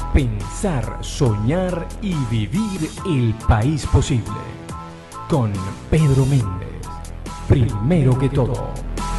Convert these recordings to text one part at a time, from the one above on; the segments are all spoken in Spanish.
Pensar, soñar y vivir el país posible. Con Pedro Méndez. Primero que todo.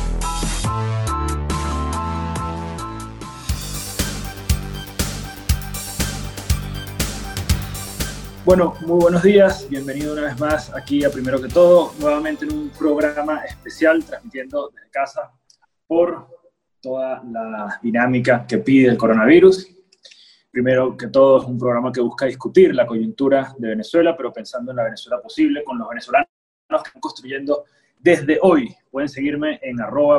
Bueno, muy buenos días, bienvenido una vez más aquí a Primero que Todo, nuevamente en un programa especial transmitiendo desde casa por toda la dinámica que pide el coronavirus. Primero que Todo es un programa que busca discutir la coyuntura de Venezuela, pero pensando en la Venezuela posible, con los venezolanos que están construyendo desde hoy. Pueden seguirme en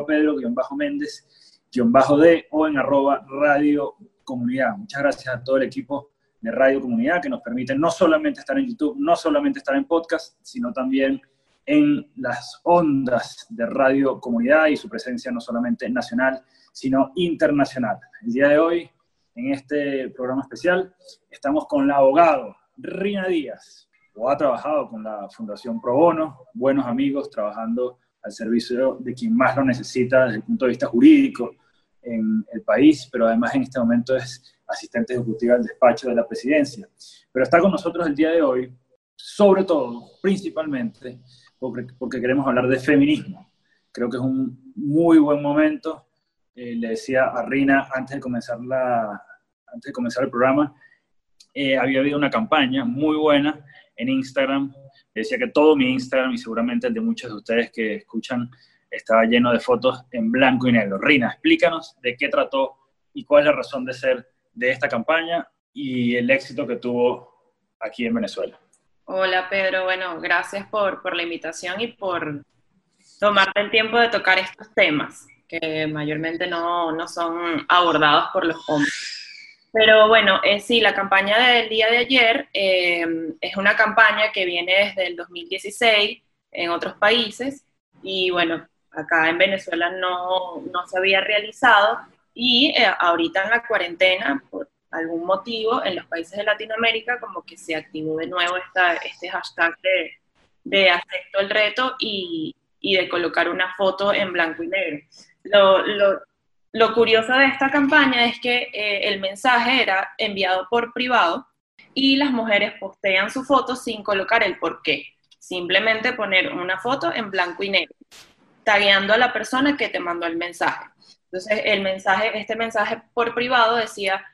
@pedro_méndez_d o en @radio comunidad. Muchas gracias a todo el equipo de Radio Comunidad, que nos permiten no solamente estar en YouTube, no solamente estar en podcast, sino también en las ondas de Radio Comunidad y su presencia no solamente nacional, sino internacional. El día de hoy, en este programa especial, estamos con la abogada Rina Díaz. Ha trabajado con la Fundación Pro Bono, buenos amigos, trabajando al servicio de quien más lo necesita desde el punto de vista jurídico en el país, pero además en este momento es asistente ejecutiva del despacho de la presidencia. Pero está con nosotros el día de hoy, sobre todo, principalmente, porque queremos hablar de feminismo. Creo que es un muy buen momento. Le decía a Rina antes de comenzar el programa, había habido una campaña muy buena en Instagram. Le decía que todo mi Instagram, y seguramente el de muchos de ustedes que escuchan, estaba lleno de fotos en blanco y negro. Rina, explícanos de qué trató y cuál es la razón de ser de esta campaña y el éxito que tuvo aquí en Venezuela. Hola Pedro, bueno, gracias por la invitación y por tomarte el tiempo de tocar estos temas que mayormente no son abordados por los hombres. Pero bueno, sí, la campaña del día de ayer es una campaña que viene desde el 2016 en otros países y bueno, acá en Venezuela no se había realizado y ahorita en la cuarentena, por algún motivo, en los países de Latinoamérica como que se activó de nuevo este hashtag de acepto el reto y de colocar una foto en blanco y negro. Lo curioso de esta campaña es que el mensaje era enviado por privado y las mujeres postean su foto sin colocar el porqué. Simplemente poner una foto en blanco y negro, tagueando a la persona que te mandó el mensaje. Entonces, este mensaje por privado decía,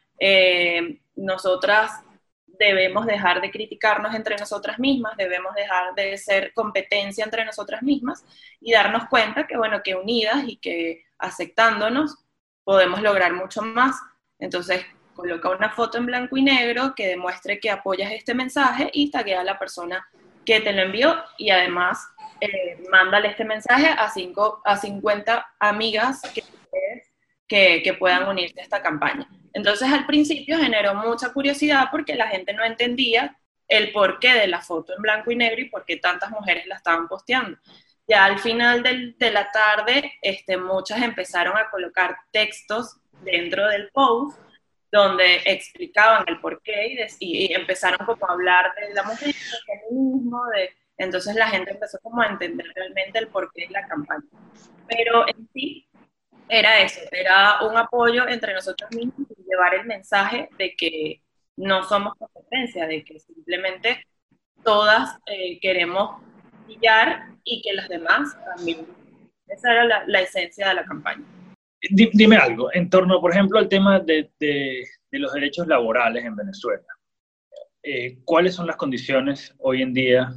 nosotras debemos dejar de criticarnos entre nosotras mismas, debemos dejar de ser competencia entre nosotras mismas y darnos cuenta que, bueno, que unidas y que aceptándonos podemos lograr mucho más. Entonces, coloca una foto en blanco y negro que demuestre que apoyas este mensaje y taguea a la persona que te lo envió y además mándale este mensaje a 50 amigas que puedan unirse a esta campaña. Entonces al principio generó mucha curiosidad porque la gente no entendía el porqué de la foto en blanco y negro y por qué tantas mujeres la estaban posteando. Ya al final de la tarde, muchas empezaron a colocar textos dentro del post donde explicaban el porqué y empezaron como a hablar de la mujer, del feminismo, entonces la gente empezó como a entender realmente el porqué de la campaña. Pero en sí era eso, era un apoyo entre nosotros mismos y llevar el mensaje de que no somos competencia, de que simplemente todas queremos brillar y que las demás también. Esa era la esencia de la campaña. Dime algo, en torno, por ejemplo, al tema de los derechos laborales en Venezuela. ¿Cuáles son las condiciones hoy en día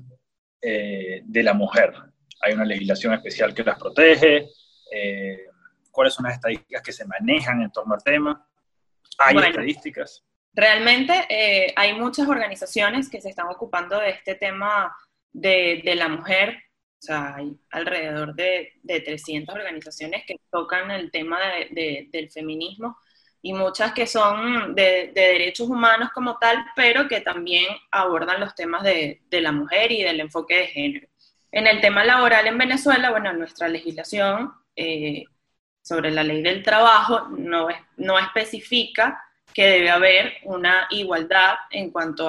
de la mujer? ¿Hay una legislación especial que las protege? ¿Cuáles son las estadísticas que se manejan en torno al tema? ¿Hay estadísticas? Realmente hay muchas organizaciones que se están ocupando de este tema de la mujer. O sea, hay alrededor de 300 organizaciones que tocan el tema del feminismo y muchas que son de derechos humanos como tal, pero que también abordan los temas de la mujer y del enfoque de género. En el tema laboral en Venezuela, bueno, nuestra legislación sobre la ley del trabajo no especifica que debe haber una igualdad en cuanto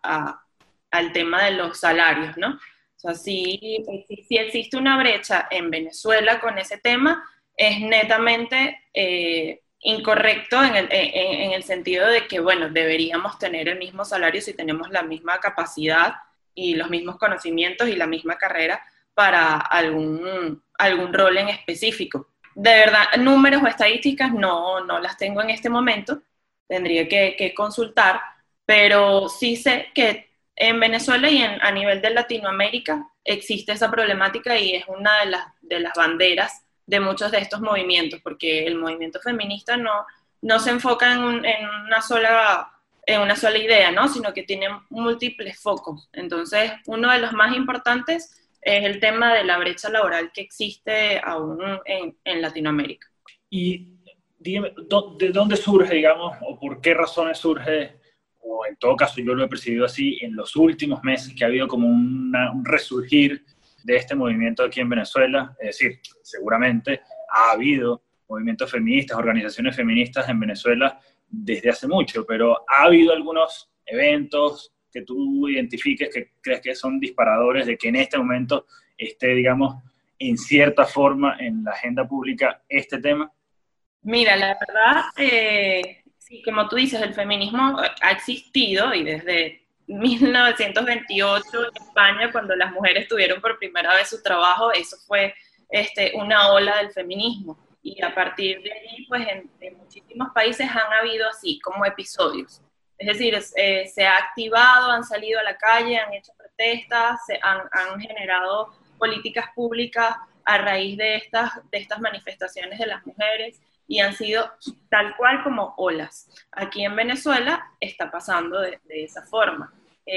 al tema de los salarios, ¿no? O sea, si existe una brecha en Venezuela con ese tema, es netamente incorrecto en el sentido de que, bueno, deberíamos tener el mismo salario si tenemos la misma capacidad y los mismos conocimientos y la misma carrera para algún rol en específico. De verdad, números o estadísticas no las tengo en este momento, tendría que consultar, pero sí sé que en Venezuela y a nivel de Latinoamérica existe esa problemática y es una de las banderas de muchos de estos movimientos, porque el movimiento feminista no se enfoca en una sola idea, ¿no? Sino que tiene múltiples focos. Entonces, uno de los más importantes es el tema de la brecha laboral que existe aún en Latinoamérica. Y dígame, ¿de dónde surge, digamos, o por qué razones surge, o en todo caso yo lo he percibido así, en los últimos meses que ha habido como un resurgir de este movimiento aquí en Venezuela? Es decir, seguramente ha habido movimientos feministas, organizaciones feministas en Venezuela desde hace mucho, pero ¿ha habido algunos eventos que tú identifiques que crees que son disparadores de que en este momento esté, digamos, en cierta forma en la agenda pública este tema? Mira, la verdad, sí, como tú dices, el feminismo ha existido y desde 1928 en España, cuando las mujeres tuvieron por primera vez su trabajo, eso fue una ola del feminismo. Y a partir de ahí, pues en muchísimos países han habido así, como episodios. Es decir, se ha activado, han salido a la calle, han hecho protestas, han generado políticas públicas a raíz de estas manifestaciones de las mujeres y han sido tal cual como olas. Aquí en Venezuela está pasando de esa forma.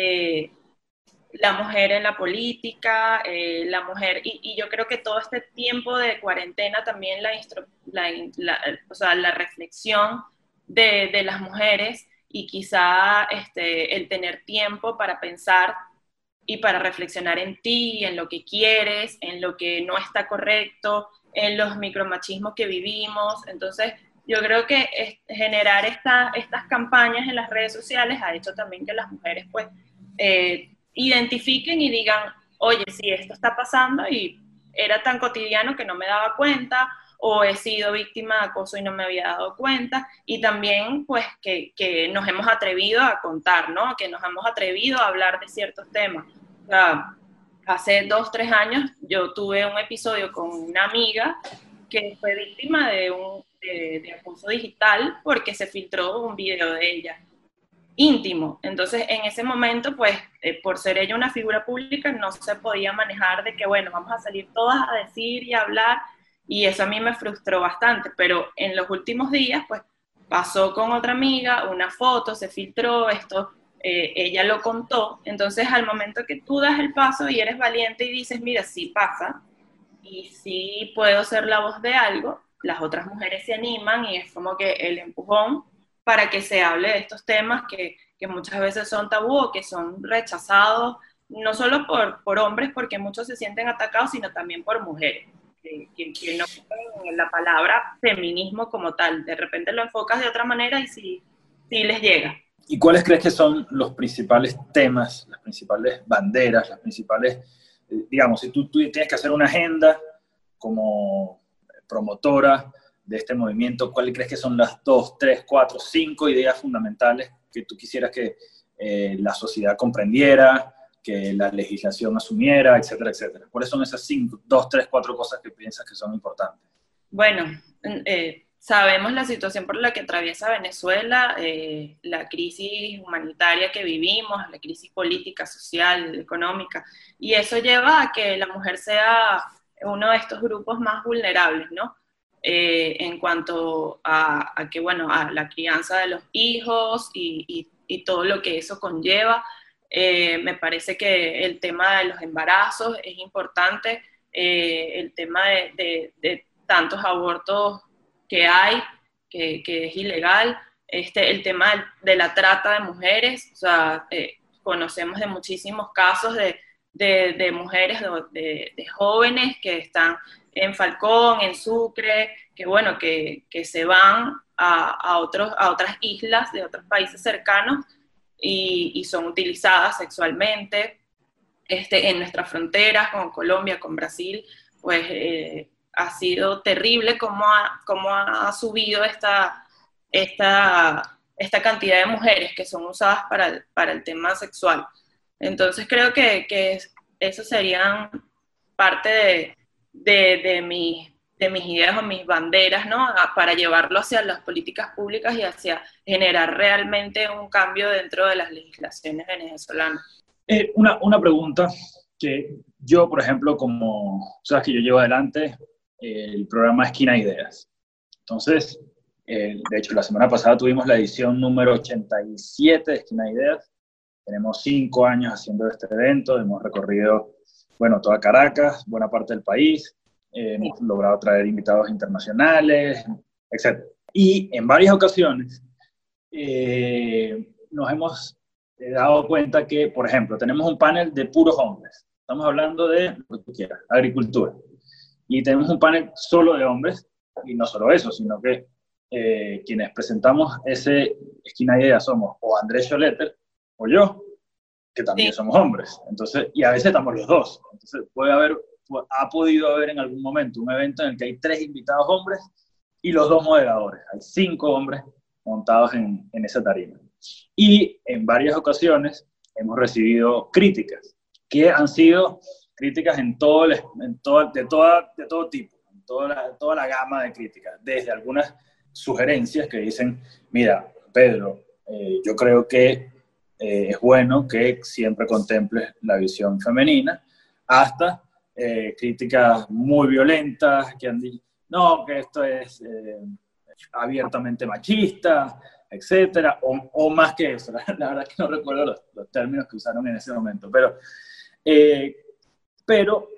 La mujer en la política, la mujer, y yo creo que todo este tiempo de cuarentena también o sea, la reflexión de las mujeres y quizá el tener tiempo para pensar y para reflexionar en ti, en lo que quieres, en lo que no está correcto, en los micromachismos que vivimos. Entonces, yo creo que generar estas campañas en las redes sociales ha hecho también que las mujeres pues identifiquen y digan, oye, sí, esto está pasando y era tan cotidiano que no me daba cuenta, o he sido víctima de acoso y no me había dado cuenta, y también pues que nos hemos atrevido a contar, ¿no? Que nos hemos atrevido a hablar de ciertos temas. O sea, hace 2, 3 años yo tuve un episodio con una amiga que fue víctima de acoso digital porque se filtró un video de ella íntimo. Entonces, en ese momento, pues, por ser ella una figura pública, no se podía manejar de que, bueno, vamos a salir todas a decir y a hablar, y eso a mí me frustró bastante, pero en los últimos días, pues, pasó con otra amiga, una foto, se filtró esto, ella lo contó, entonces al momento que tú das el paso y eres valiente y dices, mira, sí pasa, y sí puedo ser la voz de algo, las otras mujeres se animan y es como que el empujón para que se hable de estos temas que muchas veces son tabú o que son rechazados, no solo por hombres, porque muchos se sienten atacados, sino también por mujeres, que no ponen la palabra feminismo como tal. De repente lo enfocas de otra manera y sí les llega. ¿Y cuáles crees que son los principales temas, las principales banderas, las principales, digamos, si tú tienes que hacer una agenda como promotora de este movimiento, ¿cuáles crees que son las 2, 3, 4, 5 ideas fundamentales que tú quisieras que la sociedad comprendiera, que la legislación asumiera, etcétera, etcétera? ¿Cuáles son esas 5, 2, 3, 4 cosas que piensas que son importantes? Bueno, sabemos la situación por la que atraviesa Venezuela, la crisis humanitaria que vivimos, la crisis política, social, económica, y eso lleva a que la mujer sea uno de estos grupos más vulnerables, ¿no? En cuanto a que, bueno, a la crianza de los hijos y todo lo que eso conlleva. Me parece que el tema de los embarazos es importante, el tema de tantos abortos que hay, que es ilegal, el tema de la trata de mujeres, o sea, conocemos de muchísimos casos de mujeres, de jóvenes que están en Falcón, en Sucre, que bueno, que se van a otras islas de otros países cercanos y son utilizadas sexualmente en nuestras fronteras con Colombia, con Brasil, pues ha sido terrible cómo ha subido esta cantidad de mujeres que son usadas para el tema sexual. Entonces creo que eso serían parte de mis ideas o mis banderas, ¿no? Para llevarlo hacia las políticas públicas y hacia generar realmente un cambio dentro de las legislaciones venezolanas. Una pregunta que yo, por ejemplo, como sabes que yo llevo adelante el programa Esquina Ideas. Entonces, de hecho, la semana pasada tuvimos la edición número 87 de Esquina Ideas. Tenemos 5 años haciendo este evento, hemos recorrido, bueno, toda Caracas, buena parte del país, hemos logrado traer invitados internacionales, etc. Y en varias ocasiones nos hemos dado cuenta que, por ejemplo, tenemos un panel de puros hombres. Estamos hablando de lo que tú quieras, agricultura. Y tenemos un panel solo de hombres, y no solo eso, sino que quienes presentamos ese Esquina Ideas somos o Andrés Scholetter o yo, que también somos hombres. Entonces, y a veces estamos los dos. Entonces ha podido haber en algún momento un evento en el que hay 3 invitados hombres y los 2 moderadores. Hay 5 hombres montados en esa tarima. Y en varias ocasiones hemos recibido críticas, que han sido críticas de todo tipo, toda la gama de críticas, desde algunas sugerencias que dicen, mira, Pedro, yo creo que es bueno que siempre contemples la visión femenina, hasta críticas muy violentas que han dicho, no, que esto es abiertamente machista, etcétera, o más que eso. La verdad es que no recuerdo los términos que usaron en ese momento, pero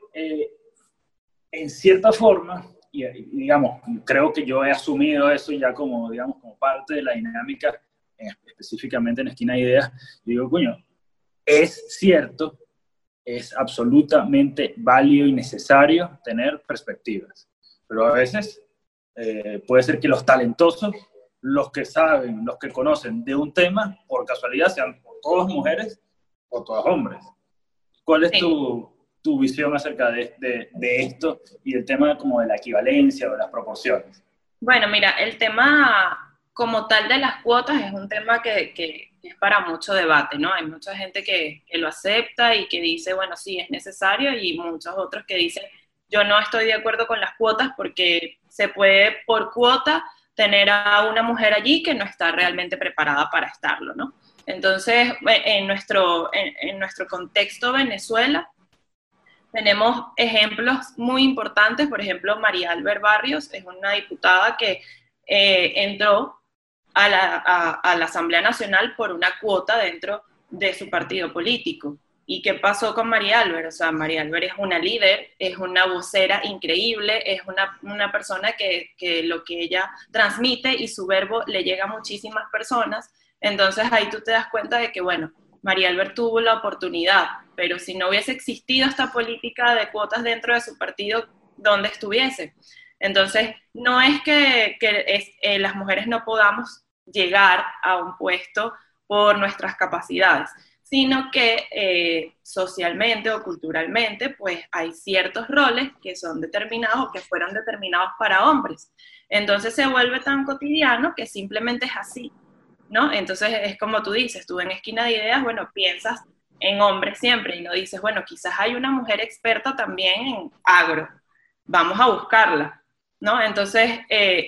en cierta forma, y digamos, creo que yo he asumido eso ya como parte de la dinámica, específicamente en Esquina Ideas. Yo digo, coño, es cierto, es absolutamente válido y necesario tener perspectivas, pero a veces puede ser que los talentosos, los que saben, los que conocen de un tema, por casualidad sean o todas mujeres o todos hombres. ¿Cuál es tu visión acerca de esto y el tema como de la equivalencia o de las proporciones? Bueno, mira, el tema como tal de las cuotas es un tema que es para mucho debate, ¿no? Hay mucha gente que lo acepta y que dice, bueno, sí, es necesario, y muchos otros que dicen, yo no estoy de acuerdo con las cuotas porque se puede por cuota tener a una mujer allí que no está realmente preparada para estarlo, ¿no? Entonces, en nuestro contexto Venezuela, tenemos ejemplos muy importantes. Por ejemplo, María Albert Barrios es una diputada que entró a la Asamblea Nacional por una cuota dentro de su partido político. ¿Y qué pasó con María Albert? O sea, María Albert es una líder, es una vocera increíble, es una persona que lo que ella transmite y su verbo le llega a muchísimas personas. Entonces ahí tú te das cuenta de que, bueno, María Albert tuvo la oportunidad, pero si no hubiese existido esta política de cuotas dentro de su partido, ¿dónde estuviese? Entonces, no es que las mujeres no podamos llegar a un puesto por nuestras capacidades, sino que socialmente o culturalmente, pues hay ciertos roles que son determinados o que fueron determinados para hombres. Entonces se vuelve tan cotidiano que simplemente es así, ¿no? Entonces es como tú dices, tú en Esquina de Ideas, bueno, piensas en hombres siempre y no dices, bueno, quizás hay una mujer experta también en agro, vamos a buscarla, ¿no? Entonces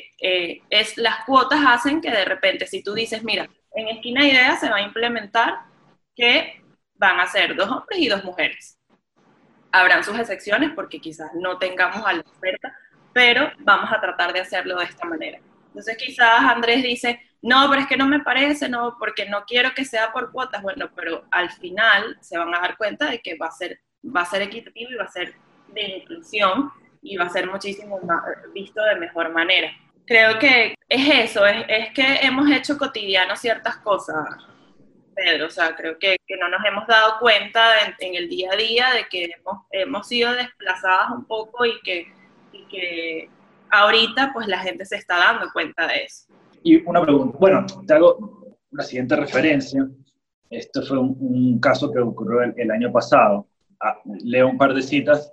las cuotas hacen que de repente, si tú dices, mira, en Esquina de Ideas se va a implementar que van a ser 2 hombres y 2 mujeres. Habrán sus excepciones porque quizás no tengamos a la experta, pero vamos a tratar de hacerlo de esta manera. Entonces quizás Andrés dice, no, pero es que no me parece, no, porque no quiero que sea por cuotas. Bueno, pero al final se van a dar cuenta de que va a ser equitativo y va a ser de inclusión y va a ser muchísimo más visto de mejor manera. Creo que es eso, es que hemos hecho cotidiano ciertas cosas, Pedro. O sea, creo que no nos hemos dado cuenta en el día a día de que hemos sido desplazadas un poco y que ahorita pues la gente se está dando cuenta de eso. Y una pregunta, bueno, te hago la siguiente referencia. Esto fue un caso que ocurrió el año pasado. Leo un par de citas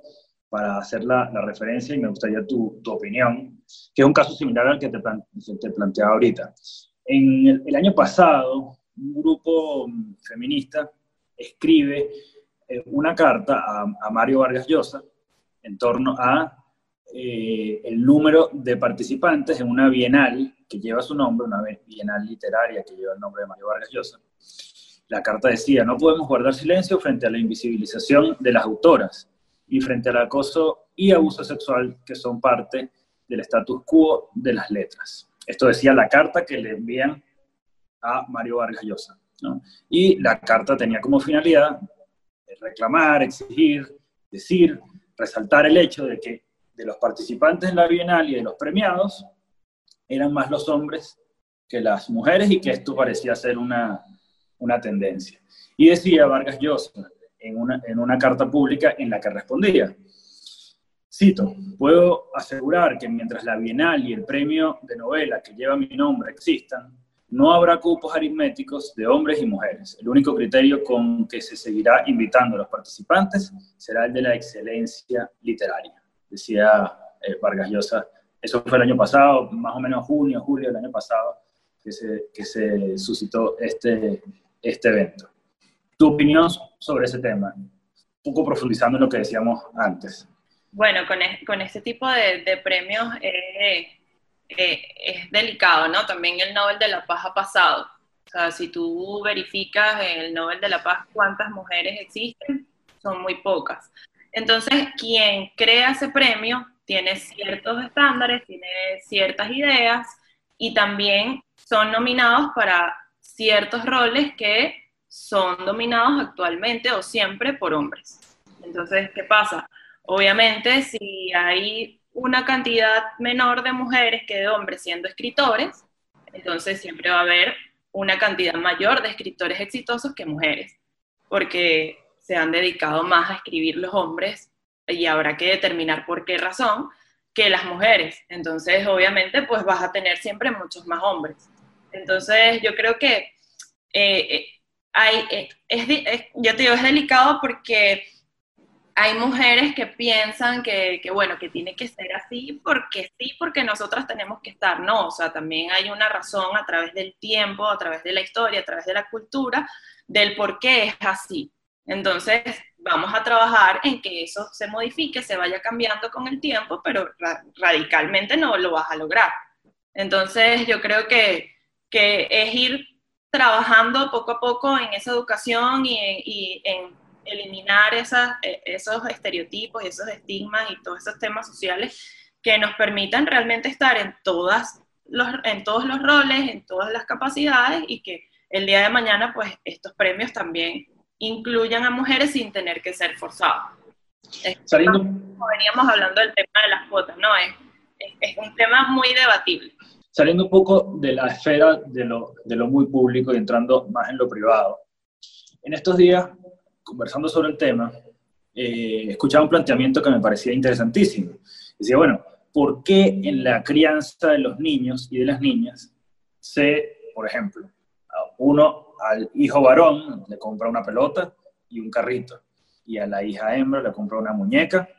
para hacer la referencia y me gustaría tu opinión, que es un caso similar al que te planteaba ahorita. En el año pasado, un grupo feminista escribe una carta a Mario Vargas Llosa en torno a el número de participantes en una bienal que lleva su nombre, una bienal literaria que lleva el nombre de Mario Vargas Llosa. La carta decía: no podemos guardar silencio frente a la invisibilización de las autoras y frente al acoso y abuso sexual que son parte del status quo de las letras. Esto decía la carta que le envían a Mario Vargas Llosa, ¿no? Y la carta tenía como finalidad reclamar, exigir, decir, resaltar el hecho de que de los participantes en la Bienal y de los premiados eran más los hombres que las mujeres y que esto parecía ser una tendencia. Y decía Vargas Llosa en una carta pública en la que respondía, cito: puedo asegurar que mientras la Bienal y el premio de novela que lleva mi nombre existan, no habrá cupos aritméticos de hombres y mujeres. El único criterio con que se seguirá invitando a los participantes será el de la excelencia literaria, decía Vargas Llosa. Eso fue el año pasado, más o menos junio, julio del año pasado, que se suscitó este evento. ¿Tu opinión sobre ese tema? Un poco profundizando en lo que decíamos antes. Bueno, con este tipo de premios es delicado, ¿no? También el Nobel de la Paz ha pasado. O sea, si tú verificas el Nobel de la Paz, ¿cuántas mujeres existen? Son muy pocas. Entonces, quien crea ese premio tiene ciertos estándares, tiene ciertas ideas y también son nominados para ciertos roles que son dominados actualmente o siempre por hombres. Entonces, ¿qué pasa? Obviamente, si hay una cantidad menor de mujeres que de hombres siendo escritores, entonces siempre va a haber una cantidad mayor de escritores exitosos que mujeres, porque se han dedicado más a escribir los hombres y habrá que determinar por qué razón que las mujeres. Entonces, obviamente, pues vas a tener siempre muchos más hombres. Entonces, yo creo que yo te digo, es delicado porque hay mujeres que piensan que tiene que ser así porque sí, porque nosotras tenemos que estar. No, o sea, también hay una razón a través del tiempo, a través de la historia, a través de la cultura, del por qué es así. Entonces, vamos a trabajar en que eso se modifique, se vaya cambiando con el tiempo, pero radicalmente no lo vas a lograr. Entonces, yo creo que es ir trabajando poco a poco en esa educación y en eliminar esos estereotipos y esos estigmas y todos esos temas sociales que nos permitan realmente estar en todos los roles, en todas las capacidades y que el día de mañana pues estos premios también incluyan a mujeres sin tener que ser forzados. Como veníamos hablando del tema de las cuotas, ¿no? Es un tema muy debatible. Saliendo un poco de la esfera de lo muy público y entrando más en lo privado. En estos días, conversando sobre el tema, escuchaba un planteamiento que me parecía interesantísimo. Decía, bueno, ¿por qué en la crianza de los niños y de las niñas por ejemplo, al hijo varón le compra una pelota y un carrito, y a la hija hembra le compra una muñeca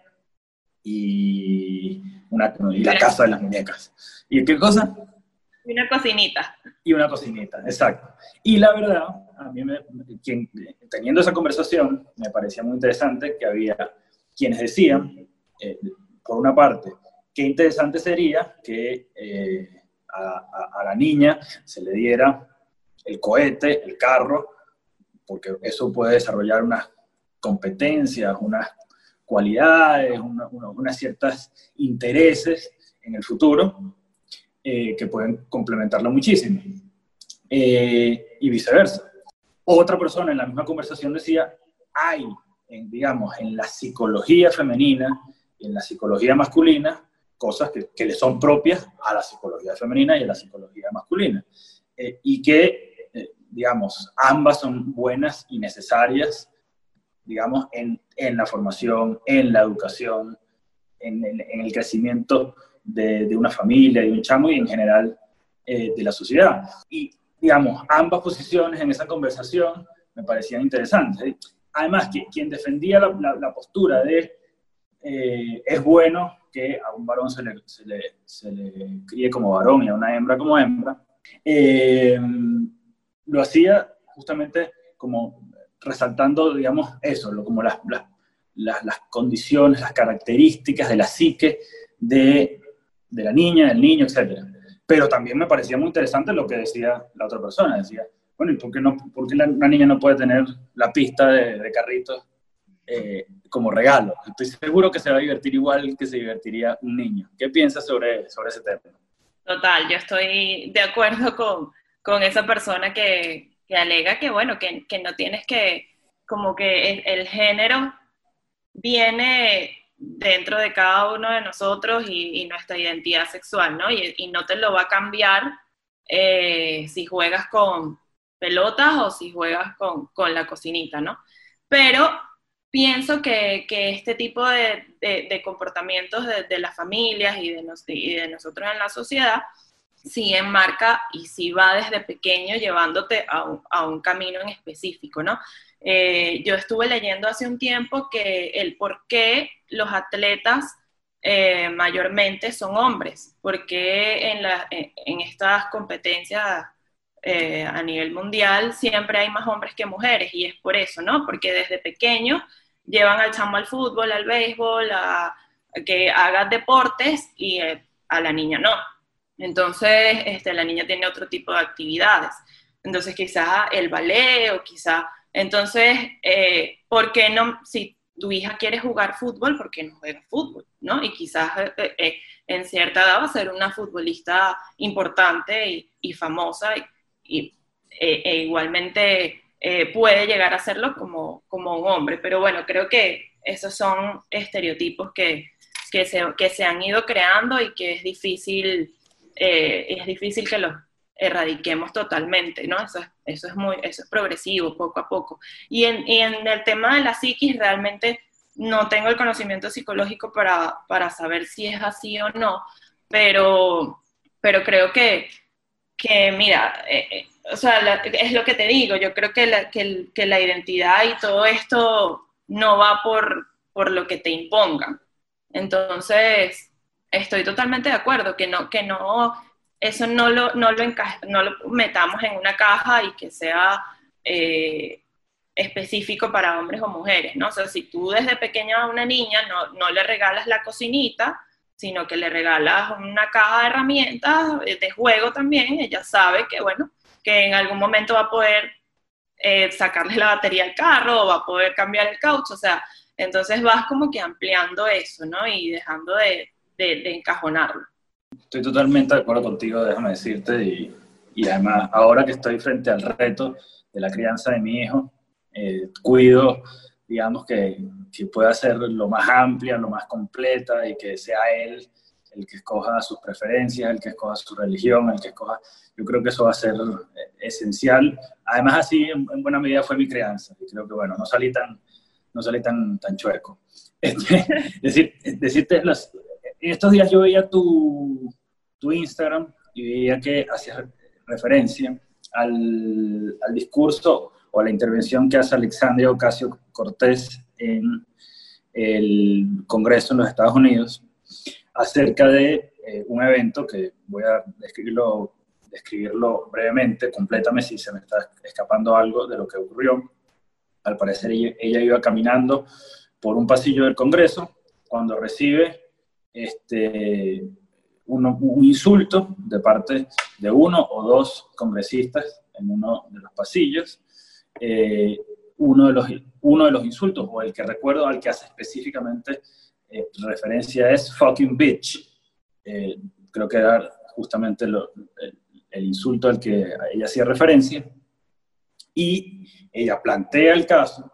y la casa de las muñecas? ¿Y qué cosa? Y una cocinita. Y una cocinita, exacto. Y la verdad, a mí, teniendo esa conversación, me parecía muy interesante que había quienes decían, por una parte, qué interesante sería que a la niña se le diera el cohete, el carro, porque eso puede desarrollar unas competencias, unas cualidades, unos ciertos intereses en el futuro que pueden complementarlo muchísimo. Y viceversa. Otra persona en la misma conversación decía, hay, en la psicología femenina y en la psicología masculina, cosas que le son propias a la psicología femenina y a la psicología masculina. Y que, ambas son buenas y necesarias, en la formación, en la educación, en el crecimiento de una familia, de un chamo y en general de la sociedad. Y, ambas posiciones en esa conversación me parecían interesantes. Además, quien defendía la postura de es bueno que a un varón se le críe como varón y a una hembra como hembra. Lo hacía justamente como resaltando, digamos, eso, como las condiciones, las características de la psique de la niña, del niño, etc. Pero también me parecía muy interesante lo que decía la otra persona. Decía, bueno, ¿y por qué una niña no puede tener la pista de carritos como regalo? Estoy seguro que se va a divertir igual que se divertiría un niño. ¿Qué piensas sobre ese tema? Total, yo estoy de acuerdo con esa persona que alega que, bueno, que no tienes que, como que el género viene dentro de cada uno de nosotros y nuestra identidad sexual, ¿no? Y no te lo va a cambiar si juegas con pelotas o si juegas con la cocinita, ¿no? Pero pienso que este tipo de comportamientos de las familias y de nosotros en la sociedad sí enmarca y sí va desde pequeño llevándote a un camino en específico, ¿no? Yo estuve leyendo hace un tiempo que el por qué los atletas mayormente son hombres, porque en estas competencias a nivel mundial siempre hay más hombres que mujeres, y es por eso, ¿no? Porque desde pequeño llevan al chamo al fútbol, al béisbol, a que haga deportes, y a la niña no. Entonces, la niña tiene otro tipo de actividades. Entonces, quizás el ballet o quizás... Entonces, ¿por qué no? Si tu hija quiere jugar fútbol, ¿por qué no juega fútbol? ¿No? Y quizás en cierta edad va a ser una futbolista importante y famosa igualmente puede llegar a hacerlo como un hombre. Pero bueno, creo que esos son estereotipos que se han ido creando y que es difícil que los erradiquemos totalmente, ¿no? Eso es progresivo, poco a poco. Y en el tema de la psiquis, realmente no tengo el conocimiento psicológico para saber si es así o no, pero creo que mira, o sea, es lo que te digo, yo creo que la identidad y todo esto no va por lo que te impongan. Entonces, estoy totalmente de acuerdo, que no, eso no lo metamos en una caja y que sea específico para hombres o mujeres, ¿no? O sea, si tú desde pequeña a una niña no le regalas la cocinita, sino que le regalas una caja de herramientas, de juego también, ella sabe que, bueno, que en algún momento va a poder sacarle la batería al carro o va a poder cambiar el caucho, o sea, entonces vas como que ampliando eso, ¿no? Y dejando de encajonarlo. Estoy totalmente de acuerdo contigo, déjame decirte, y además ahora que estoy frente al reto de la crianza de mi hijo, cuido, digamos, que pueda ser lo más amplia, lo más completa, y que sea él el que escoja sus preferencias, el que escoja su religión, el que escoja... Yo creo que eso va a ser esencial. Además, así en buena medida fue mi crianza, y creo que, bueno, no salí tan chueco. Decirte, en estos días yo veía tu Instagram y veía que hacías referencia al discurso o a la intervención que hace Alexandria Ocasio-Cortez en el Congreso en los Estados Unidos acerca de un evento que voy a describirlo brevemente. Complétame si se me está escapando algo de lo que ocurrió. Al parecer ella iba caminando por un pasillo del Congreso cuando recibe un insulto de parte de uno o dos congresistas en uno de los pasillos. Uno de los insultos, o el que recuerdo al que hace específicamente referencia, es fucking bitch. Creo que era justamente el insulto al que ella hacía referencia, y ella plantea el caso,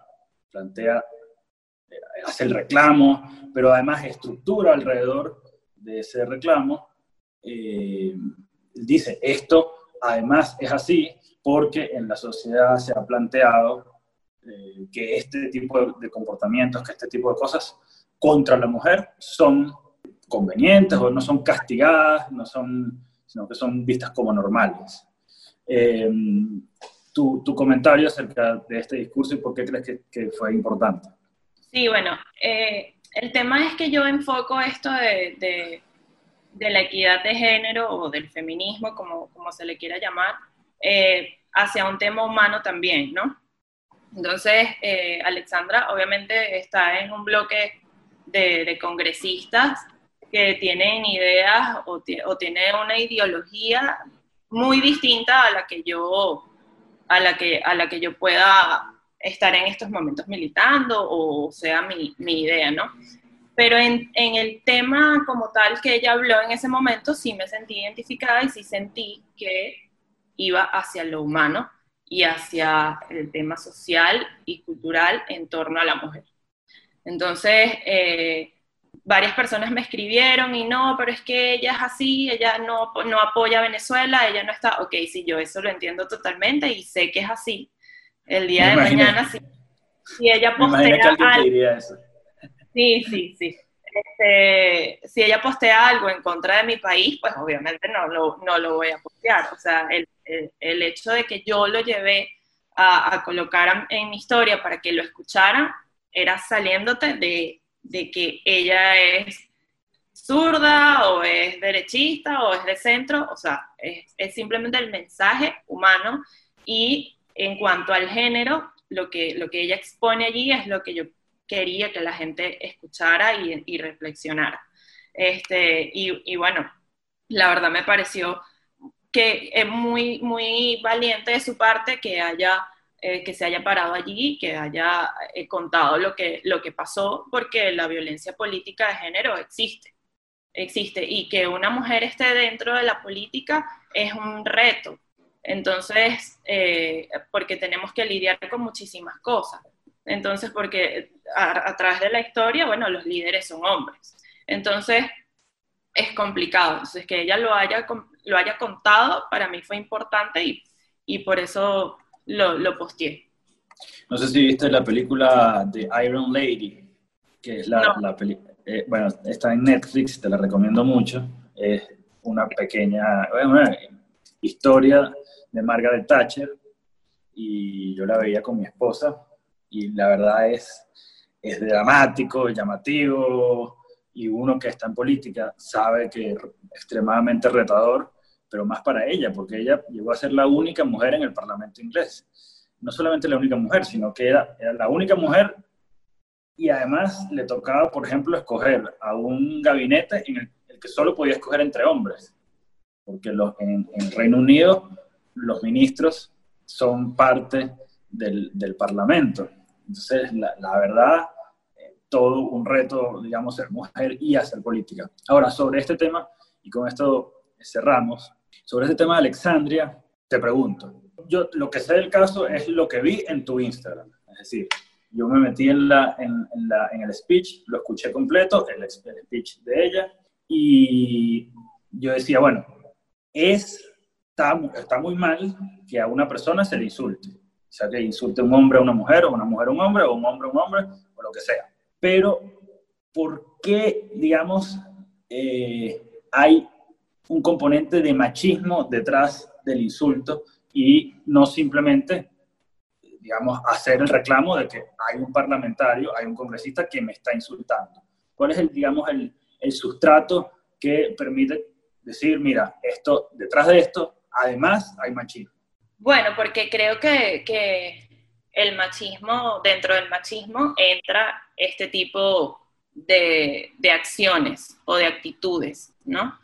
hace el reclamo, pero además estructura alrededor de ese reclamo. Dice, esto además es así porque en la sociedad se ha planteado que este tipo de comportamientos, que este tipo de cosas contra la mujer son convenientes o no son castigadas, sino que son vistas como normales. Tu comentario acerca de este discurso y por qué crees que fue importante. Sí, bueno, El tema es que yo enfoco esto de la equidad de género o del feminismo, como se le quiera llamar, hacia un tema humano también, ¿no? Entonces, Alexandra obviamente está en un bloque de congresistas que tienen ideas o tienen una ideología muy distinta a la que yo pueda estar en estos momentos militando, o sea, mi idea, ¿no? Pero en el tema como tal que ella habló en ese momento, sí me sentí identificada y sí sentí que iba hacia lo humano y hacia el tema social y cultural en torno a la mujer. Entonces, varias personas me escribieron y no, pero es que ella es así, ella no apoya a Venezuela, ella no está, ok, sí, yo eso lo entiendo totalmente y sé que es así. El día de mañana, si ella Me imagino que postea alguien te algo, diría eso. sí. Si ella postea algo en contra de mi país, pues obviamente no lo voy a postear. O sea, el hecho de que yo lo llevé a colocar en mi historia para que lo escucharan, era saliéndote de que ella es zurda o es derechista o es de centro. O sea, es simplemente el mensaje humano. Y en cuanto al género, lo que ella expone allí es lo que yo quería que la gente escuchara y reflexionara. Y bueno, la verdad me pareció que es muy, muy valiente de su parte que se haya parado allí, que haya contado lo que pasó, porque la violencia política de género existe, y que una mujer esté dentro de la política es un reto. Entonces, porque tenemos que lidiar con muchísimas cosas. Entonces, porque a través de la historia, bueno, los líderes son hombres. Entonces, es complicado. Entonces, que ella lo haya contado, para mí fue importante y por eso lo posteé. No sé si viste la película de Iron Lady, que es No. la película, bueno, está en Netflix, te la recomiendo mucho. Es una pequeña, una historia de Margaret Thatcher, y yo la veía con mi esposa, y la verdad es dramático, llamativo, y uno que está en política sabe que es extremadamente retador, pero más para ella, porque ella llegó a ser la única mujer en el Parlamento inglés. No solamente la única mujer, sino que era la única mujer, y además le tocaba, por ejemplo, escoger a un gabinete en el que solo podía escoger entre hombres, porque en el Reino Unido los ministros son parte del Parlamento. Entonces, la verdad, todo un reto, digamos, ser mujer y hacer política. Ahora, sobre este tema, y con esto cerramos, sobre este tema de Alexandria, te pregunto, yo lo que sé del caso es lo que vi en tu Instagram, es decir, yo me metí en el speech, lo escuché completo, el speech de ella, y yo decía, bueno, está muy mal que a una persona se le insulte. O sea, que insulte un hombre a una mujer, o una mujer a un hombre, o un hombre a un hombre, o lo que sea. Pero, ¿por qué, digamos, hay un componente de machismo detrás del insulto y no simplemente, digamos, hacer el reclamo de que hay un parlamentario, hay un congresista que me está insultando? ¿Cuál es el sustrato que permite decir, mira, detrás de esto, además hay machismo? Bueno, porque creo que el machismo, dentro del machismo entra este tipo de acciones o de actitudes, ¿no?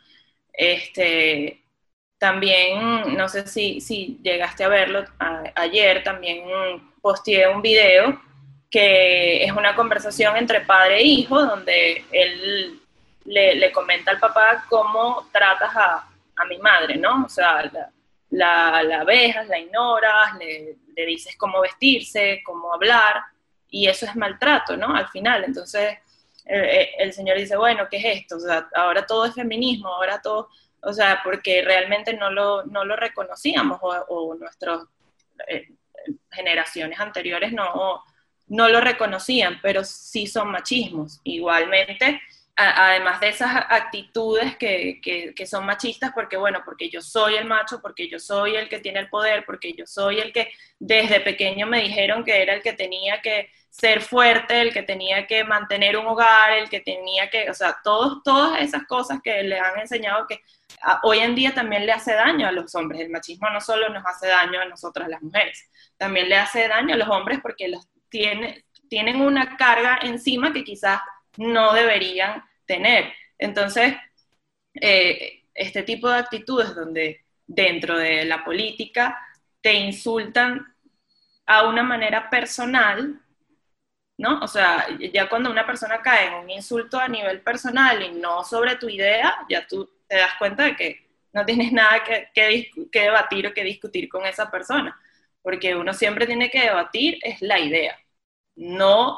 También, no sé si llegaste a verlo, ayer también posteé un video que es una conversación entre padre e hijo, donde él le comenta al papá cómo tratas a mi madre, ¿no? O sea, la vejas, la ignoras, le dices cómo vestirse, cómo hablar, y eso es maltrato, ¿no? Al final, entonces el señor dice, bueno, ¿qué es esto? O sea, ahora todo es feminismo, ahora todo, o sea, porque realmente no lo reconocíamos, o nuestras generaciones anteriores no lo reconocían, pero sí son machismos. Igualmente, además de esas actitudes que son machistas, porque yo soy el macho, porque yo soy el que tiene el poder, porque yo soy el que desde pequeño me dijeron que era el que tenía que ser fuerte, el que tenía que mantener un hogar, el que tenía que, o sea, todas esas cosas que le han enseñado que hoy en día también le hace daño a los hombres. El machismo no solo nos hace daño a nosotras las mujeres, también le hace daño a los hombres porque tienen una carga encima que quizás no deberían tener. Entonces, este tipo de actitudes donde dentro de la política te insultan a una manera personal, ¿no? O sea, ya cuando una persona cae en un insulto a nivel personal y no sobre tu idea, ya tú te das cuenta de que no tienes nada que debatir o que discutir con esa persona, porque uno siempre tiene que debatir es la idea, no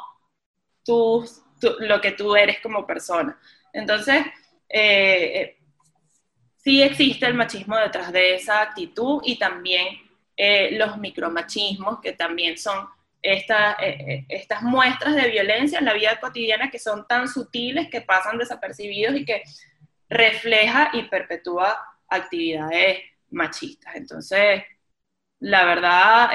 lo que tú eres como persona. Entonces, sí existe el machismo detrás de esa actitud y también los micromachismos, que también son estas muestras de violencia en la vida cotidiana que son tan sutiles que pasan desapercibidos y que refleja y perpetúa actividades machistas. Entonces, la verdad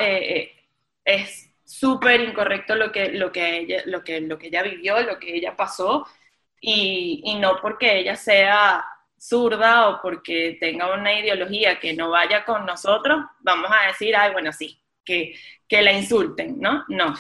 es súper incorrecto lo que ella vivió, lo que ella pasó, y no porque ella sea zurda o porque tenga una ideología que no vaya con nosotros, vamos a decir, ay, bueno, sí, que la insulten, ¿no? No.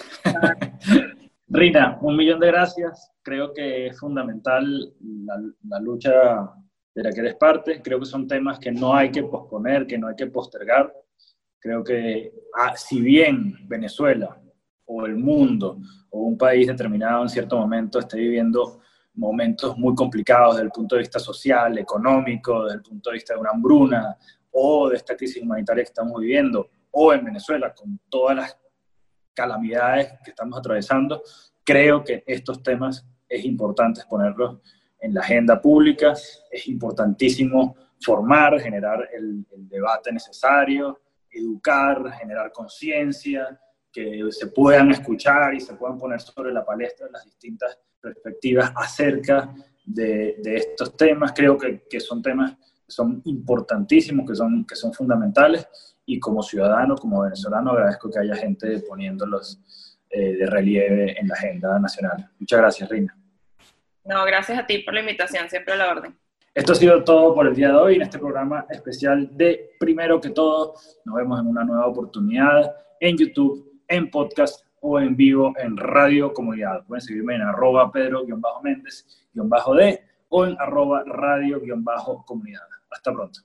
Rina, 1.000.000 de gracias. Creo que es fundamental la lucha de la que eres parte. Creo que son temas que no hay que posponer, que no hay que postergar. Creo que si bien Venezuela o el mundo o un país determinado en cierto momento esté viviendo momentos muy complicados desde el punto de vista social, económico, desde el punto de vista de una hambruna o de esta crisis humanitaria que estamos viviendo, o en Venezuela con todas las calamidades que estamos atravesando, creo que estos temas es importante ponerlos en la agenda pública, es importantísimo formar, generar el debate necesario, educar, generar conciencia, que se puedan escuchar y se puedan poner sobre la palestra las distintas perspectivas acerca de estos temas. Creo que son temas que son importantísimos, que son fundamentales, y como ciudadano, como venezolano, agradezco que haya gente poniéndolos de relieve en la agenda nacional. Muchas gracias, Rina. No, gracias a ti por la invitación, siempre a la orden. Esto ha sido todo por el día de hoy en este programa especial de Primero que Todo. Nos vemos en una nueva oportunidad en YouTube, en podcast o en vivo en Radio Comunidad. Pueden seguirme en @pedro_méndez_d o en @radio_comunidad. Hasta pronto.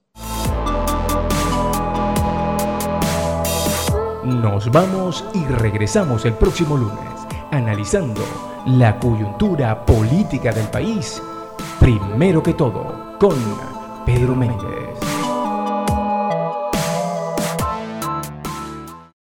Nos vamos y regresamos el próximo lunes, analizando la coyuntura política del país. Primero que Todo, con Pedro Méndez.